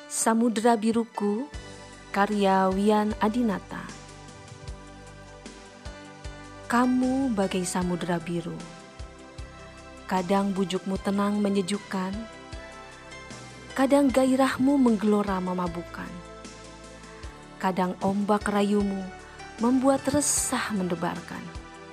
Samudra Biruku, karya Wian Adinata. Kamu bagai samudra biru, kadang bujukmu tenang menyejukkan, kadang gairahmu menggelora memabukkan, kadang ombak rayumu membuat resah mendebarkan.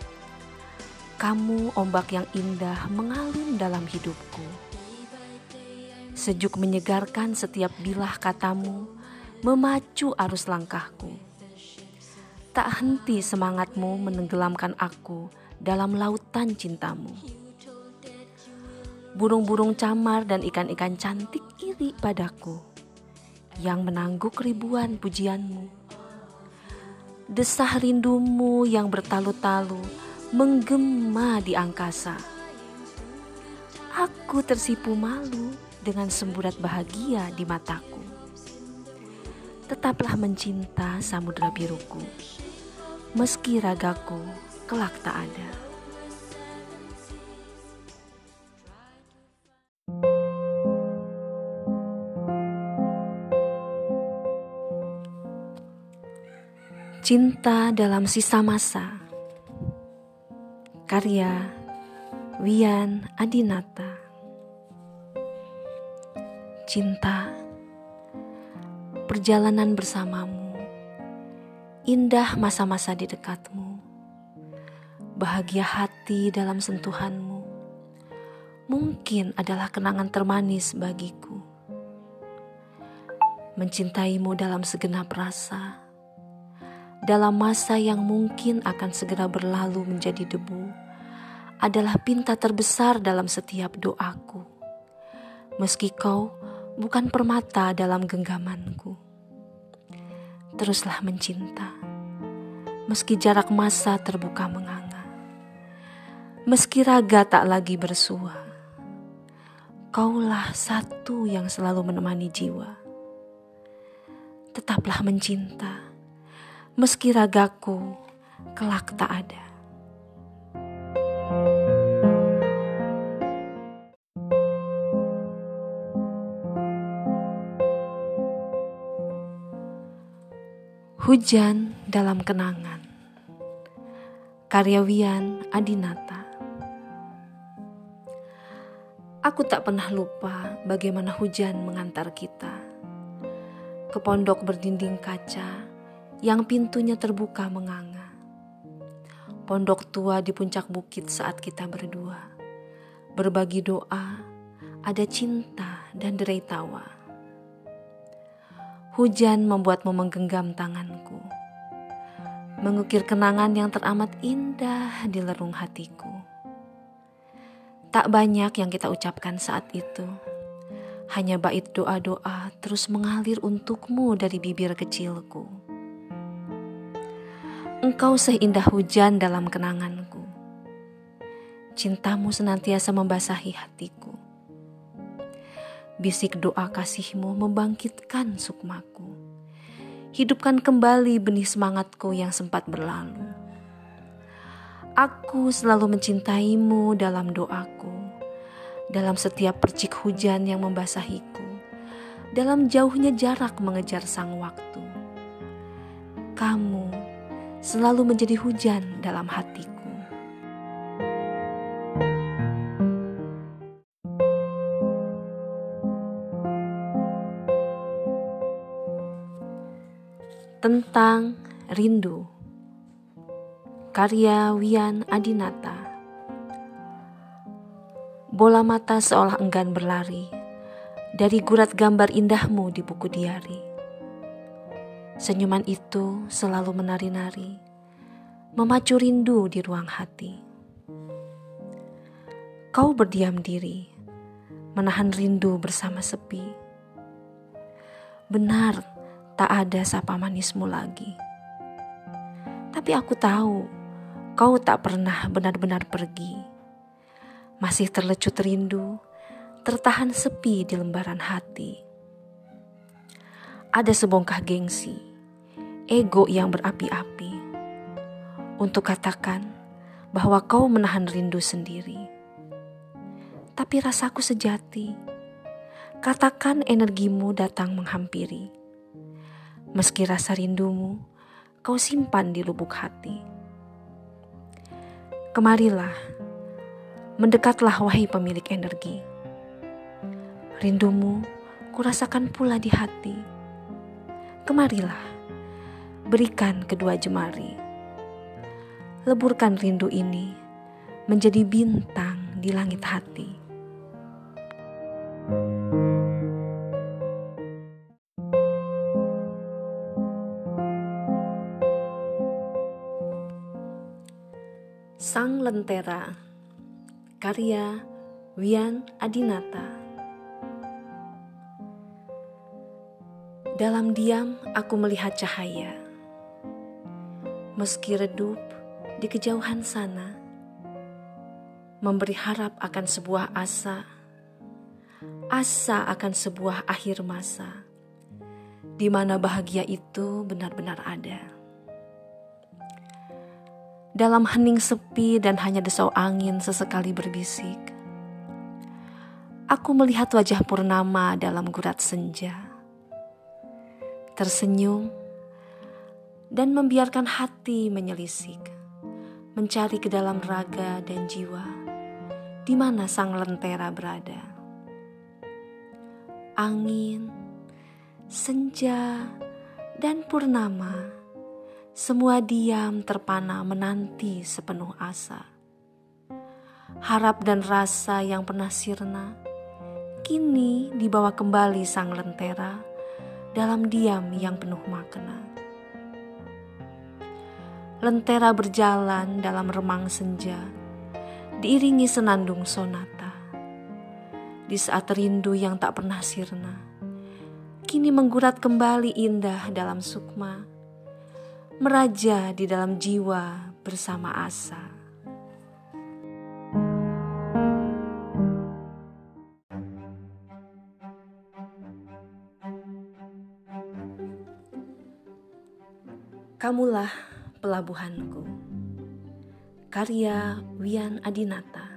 Kamu ombak yang indah mengalun dalam hidupku, sejuk menyegarkan setiap bilah katamu, memacu arus langkahku. Tak henti semangatmu menenggelamkan aku dalam lautan cintamu. Burung-burung camar dan ikan-ikan cantik iri padaku, yang menangguk ribuan pujianmu. Desah rindumu yang bertalu-talu menggema di angkasa. Aku tersipu malu dengan semburat bahagia di mataku. Tetaplah mencinta samudra biruku, meski ragaku kelak tak ada. Cinta dalam sisa masa, karya Wian Adinata. Cinta, perjalanan bersamamu, indah masa-masa di dekatmu, bahagia hati dalam sentuhanmu, mungkin adalah kenangan termanis bagiku. Mencintaimu dalam segenap rasa, dalam masa yang mungkin akan segera berlalu menjadi debu, adalah pinta terbesar dalam setiap doaku. Meski kau bukan permata dalam genggamanku, teruslah mencinta, meski jarak masa terbuka menganga, meski raga tak lagi bersua. Kaulah satu yang selalu menemani jiwa. Tetaplah mencinta, meski ragaku kelak tak ada. Hujan dalam kenangan, karya Wian Adinata. Aku tak pernah lupa bagaimana hujan mengantar kita ke pondok berdinding kaca yang pintunya terbuka menganga. Pondok tua di puncak bukit saat kita berdua berbagi doa, ada cinta dan derai tawa. Hujan membuatmu menggenggam tanganku, mengukir kenangan yang teramat indah di lerung hatiku. Tak banyak yang kita ucapkan saat itu, hanya bait doa-doa terus mengalir untukmu dari bibir kecilku. Engkau seindah hujan dalam kenanganku, cintamu senantiasa membasahi hatiku. Bisik doa kasihmu membangkitkan sukmaku, hidupkan kembali benih semangatku yang sempat berlalu. Aku selalu mencintaimu dalam doaku, dalam setiap percik hujan yang membasahiku, dalam jauhnya jarak mengejar sang waktu. Kamu selalu menjadi hujan dalam hatiku. Tentang rindu, karya Wian Adinata. Bola mata seolah enggan berlari dari gurat gambar indahmu di buku diari. Senyuman itu selalu menari-nari, memacu rindu di ruang hati. Kau berdiam diri, menahan rindu bersama sepi. Benar, tak ada sapa manismu lagi. Tapi aku tahu, kau tak pernah benar-benar pergi. Masih terlecut rindu, tertahan sepi di lembaran hati. Ada sebongkah gengsi, ego yang berapi-api, untuk katakan bahwa kau menahan rindu sendiri. Tapi rasaku sejati, Katakan energimu datang menghampiri. Meski rasa rindumu kau simpan di lubuk hati. Kemarilah, mendekatlah wahai pemilik energi. Rindumu kurasakan pula di hati. Kemarilah, berikan kedua jemari. Leburkan rindu ini menjadi bintang di langit hati. Sang Lentera, karya Wian Adinata. Dalam diam aku melihat cahaya, meski redup di kejauhan sana, memberi harap akan sebuah asa akan sebuah akhir masa, di mana bahagia itu benar-benar ada. Dalam hening sepi dan hanya desau angin sesekali berbisik, aku melihat wajah purnama dalam gurat senja, tersenyum dan membiarkan hati menyelisik, mencari ke dalam raga dan jiwa di mana sang lentera berada. Angin, senja, dan purnama, semua diam terpana menanti sepenuh asa. Harap dan rasa yang pernah sirna kini dibawa kembali sang lentera dalam diam yang penuh makna. Lentera berjalan dalam remang senja, diiringi senandung sonata. Di saat rindu yang tak pernah sirna kini menggurat kembali indah dalam sukma, meraja di dalam jiwa bersama asa. Kamulah pelabuhanku, karya Wian Adinata.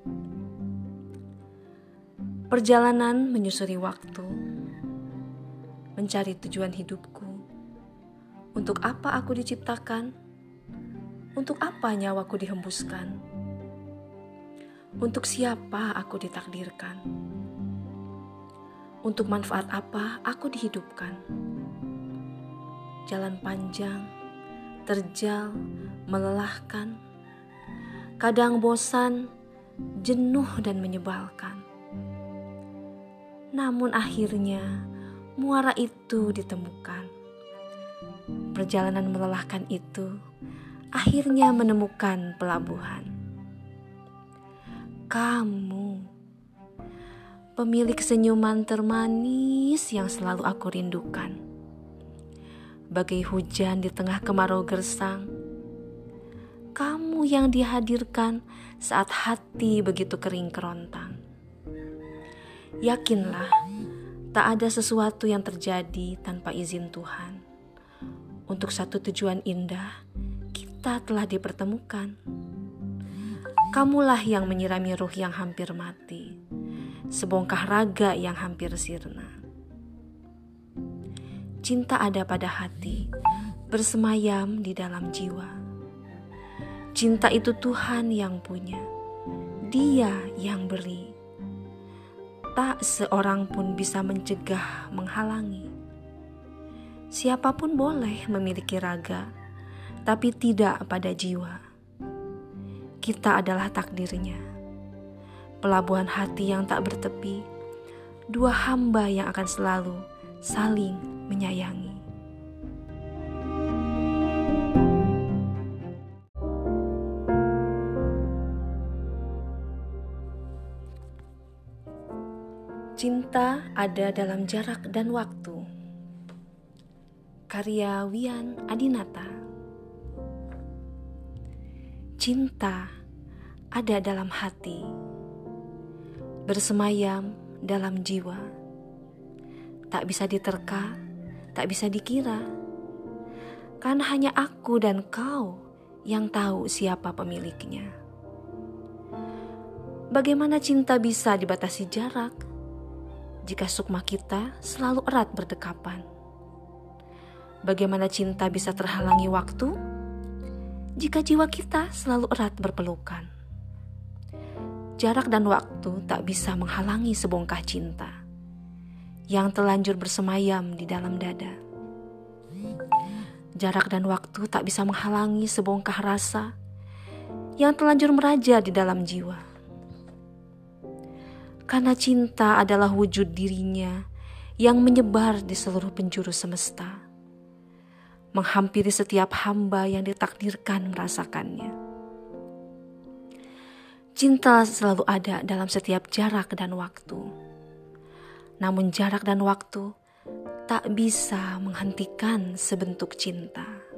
Perjalanan menyusuri waktu, mencari tujuan hidupku. Untuk apa aku diciptakan? Untuk apa nyawaku dihembuskan? Untuk siapa aku ditakdirkan? Untuk manfaat apa aku dihidupkan? Jalan panjang, terjal, melelahkan, kadang bosan, jenuh dan menyebalkan. Namun akhirnya muara itu ditemukan. Perjalanan melelahkan itu akhirnya menemukan pelabuhan. Kamu, pemilik senyuman termanis yang selalu aku rindukan. Bagai hujan di tengah kemarau gersang, kamu yang dihadirkan saat hati begitu kering kerontang. Yakinlah, tak ada sesuatu yang terjadi tanpa izin Tuhan. Untuk satu tujuan indah, kita telah dipertemukan. Kamulah yang menyirami ruh yang hampir mati, sebongkah raga yang hampir sirna. Cinta ada pada hati, bersemayam di dalam jiwa. Cinta itu Tuhan yang punya, Dia yang beri. Tak seorang pun bisa mencegah, menghalangi. Siapapun boleh memiliki raga, tapi tidak pada jiwa. Kita adalah takdirnya, pelabuhan hati yang tak bertepi, dua hamba yang akan selalu saling menyayangi. Cinta ada dalam jarak dan waktu, karya Wian Adinata. Cinta ada dalam hati, bersemayam dalam jiwa. Tak bisa diterka, tak bisa dikira, karena hanya aku dan kau yang tahu siapa pemiliknya. Bagaimana cinta bisa dibatasi jarak? jika sukma kita selalu erat berdekapan? Bagaimana cinta bisa terhalangi waktu jika jiwa kita selalu erat berpelukan? Jarak dan waktu tak bisa menghalangi sebongkah cinta yang telanjur bersemayam di dalam dada. Jarak dan waktu tak bisa menghalangi sebongkah rasa yang telanjur meraja di dalam jiwa. Karena cinta adalah wujud dirinya yang menyebar di seluruh penjuru semesta, menghampiri setiap hamba yang ditakdirkan merasakannya. Cinta selalu ada dalam setiap jarak dan waktu. Namun jarak dan waktu tak bisa menghentikan sebentuk cinta.